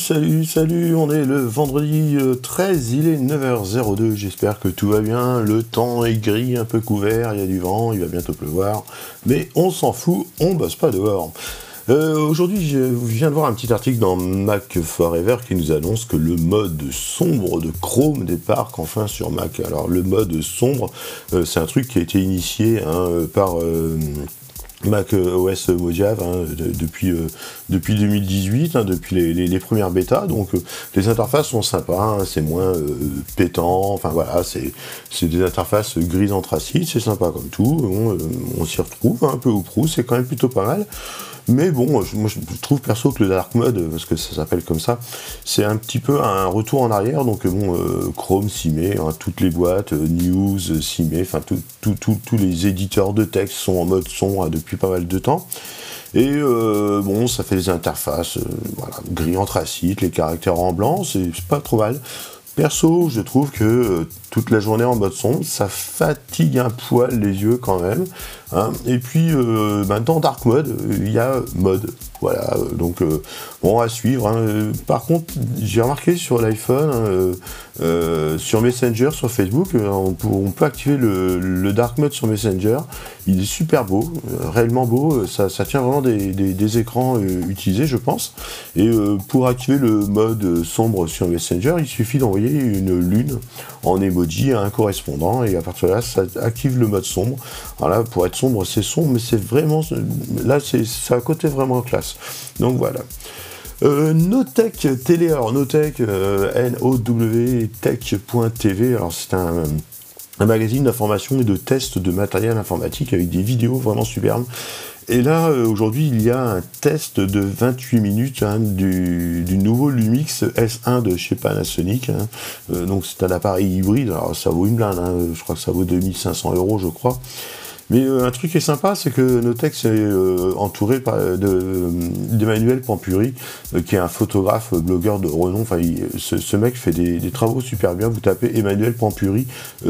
Salut, on est le vendredi 13, il est 9h02, j'espère que tout va bien, le temps est gris, un peu couvert, il y a du vent, il va bientôt pleuvoir, mais on s'en fout, on bosse pas dehors. Aujourd'hui, je viens de voir un petit article dans Mac Forever qui nous annonce que le mode sombre de Chrome débarque enfin sur Mac. Alors le mode sombre, c'est un truc qui a été initié par... Mac OS Mojave depuis 2018, depuis les premières bêtas, donc les interfaces sont sympas, c'est moins pétant, enfin voilà, c'est des interfaces grises anthracite, c'est sympa comme tout, on s'y retrouve un peu ou prou, c'est quand même plutôt pas mal. Mais bon, moi je trouve perso que le dark mode, parce que ça s'appelle comme ça, c'est un petit peu un retour en arrière. Donc Chrome s'y met, toutes les boîtes, News s'y met, enfin tous les éditeurs de texte sont en mode sombre depuis pas mal de temps. Et ça fait des interfaces, gris anthracite, les caractères en blanc, c'est pas trop mal. Perso, je trouve que toute la journée en mode sombre, ça fatigue un poil les yeux quand même. Et puis, dans Dark Mode, il y a mode. Voilà, donc à suivre. Par contre, j'ai remarqué sur l'iPhone, sur Messenger, sur Facebook, on peut activer le Dark Mode sur Messenger. Il est super beau, réellement beau. Ça tient vraiment des écrans utilisés, je pense. Et pour activer le mode sombre sur Messenger, il suffit d'envoyer une lune en emoji à un correspondant. Et à partir de là, ça active le mode sombre. Voilà, pour être sombre, c'est sombre, mais c'est vraiment... Là, c'est un côté vraiment classe. Donc voilà. Notech Télé, alors Notech, Nowtech.tv, alors c'est un magazine d'information et de tests de matériel informatique avec des vidéos vraiment superbes. Et là, aujourd'hui, il y a un test de 28 minutes du nouveau Lumix S1 de chez Panasonic. Donc c'est un appareil hybride, alors ça vaut une blinde, je crois que ça vaut 2500 €, je crois. Mais un truc qui est sympa, c'est que Notech est entouré d'Emmanuel Pampuri, qui est un photographe, blogueur de renom. Enfin, ce mec fait des travaux super bien. Vous tapez Emmanuel Pampuri,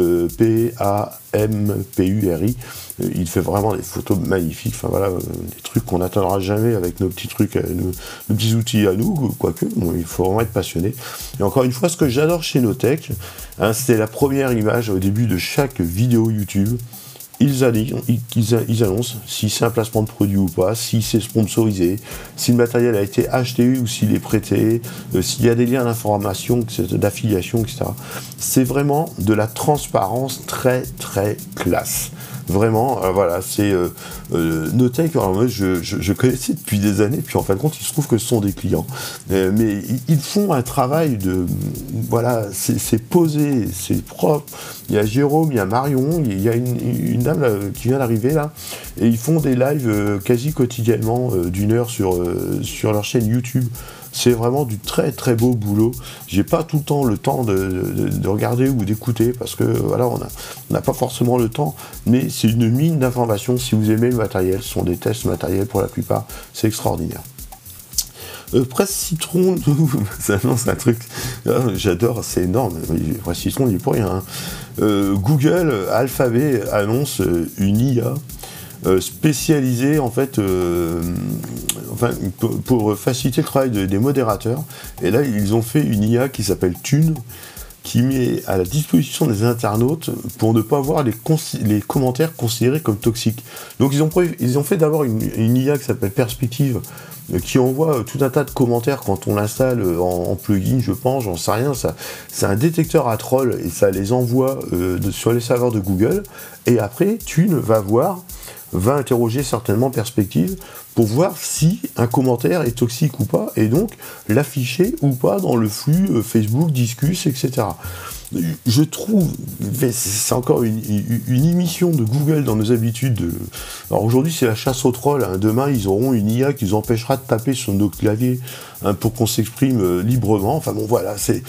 Pampuri. Il fait vraiment des photos magnifiques. Enfin voilà, des trucs qu'on n'atteindra jamais avec nos petits trucs, nos petits outils à nous, quoique. Bon, il faut vraiment être passionné. Et encore une fois, ce que j'adore chez Notech, c'est la première image au début de chaque vidéo YouTube. Ils annoncent si c'est un placement de produit ou pas, si c'est sponsorisé, si le matériel a été acheté ou s'il est prêté, s'il y a des liens d'information, d'affiliation, etc. C'est vraiment de la transparence très très classe. Vraiment, voilà, c'est Notech. Alors moi, je connaissais depuis des années, puis en fin de compte, il se trouve que ce sont des clients. Mais ils font un travail de... Voilà, c'est posé, c'est propre. Il y a Jérôme, il y a Marion, il y a une dame là, qui vient d'arriver là, et ils font des lives quasi quotidiennement d'1 heure sur leur chaîne YouTube. C'est vraiment du très très beau boulot. J'ai pas tout le temps le temps de regarder ou d'écouter parce que voilà, on n'a pas forcément le temps, mais c'est une mine d'informations. Si vous aimez le matériel, ce sont des tests matériels pour la plupart, c'est extraordinaire. Presse Citron, ça annonce un truc, j'adore, c'est énorme. Presse Citron, il n'y est pour rien. Google Alphabet annonce une IA spécialisée en fait, pour faciliter le travail des modérateurs. Et là, ils ont fait une IA qui s'appelle Thune, qui met à la disposition des internautes pour ne pas voir les commentaires considérés comme toxiques. Donc ils ont fait d'abord une IA qui s'appelle Perspective, qui envoie tout un tas de commentaires quand on l'installe en plugin, je pense, j'en sais rien. C'est un détecteur à trolls et ça les envoie sur les serveurs de Google. Et après, Thune va interroger certainement Perspective pour voir si un commentaire est toxique ou pas, et donc l'afficher ou pas dans le flux Facebook, Disqus, etc. Je trouve, c'est encore une émission de Google dans nos habitudes. Alors aujourd'hui c'est la chasse aux trolls, demain ils auront une IA qui nous empêchera de taper sur nos claviers pour qu'on s'exprime librement. Enfin bon voilà, c'est...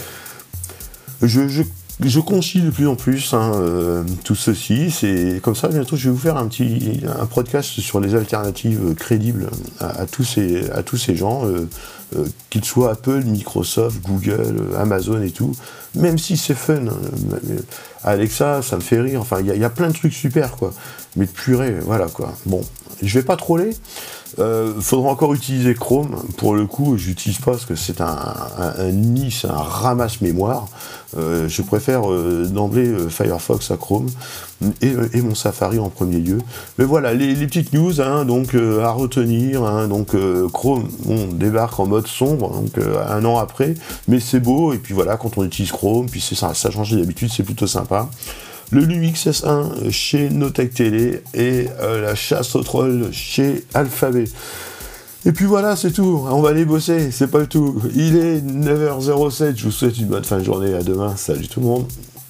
Je conchis de plus en plus tout ceci. C'est comme ça, bientôt je vais vous faire un podcast sur les alternatives crédibles à tous ces gens, qu'ils soient Apple, Microsoft, Google, Amazon et tout. Même si c'est fun, Alexa, ça me fait rire. Enfin, il y a plein de trucs super, quoi. Mais purée, voilà, quoi. Bon, je vais pas troller. Faudra encore utiliser Chrome. Pour le coup, j'utilise pas parce que c'est un nid, c'est un ramasse-mémoire. Je préfère d'emblée Firefox à Chrome et mon Safari en premier lieu. Mais voilà, les petites news donc, à retenir. Donc Chrome débarque en mode sombre donc, un an après, mais c'est beau. Et puis voilà, quand on utilise Chrome, puis ça change d'habitude, c'est plutôt sympa. Le Lumix S1 chez Notech Télé et la chasse aux trolls chez Alphabet. Et puis voilà, c'est tout. On va aller bosser, c'est pas le tout. Il est 9h07, je vous souhaite une bonne fin de journée. À demain. Salut tout le monde.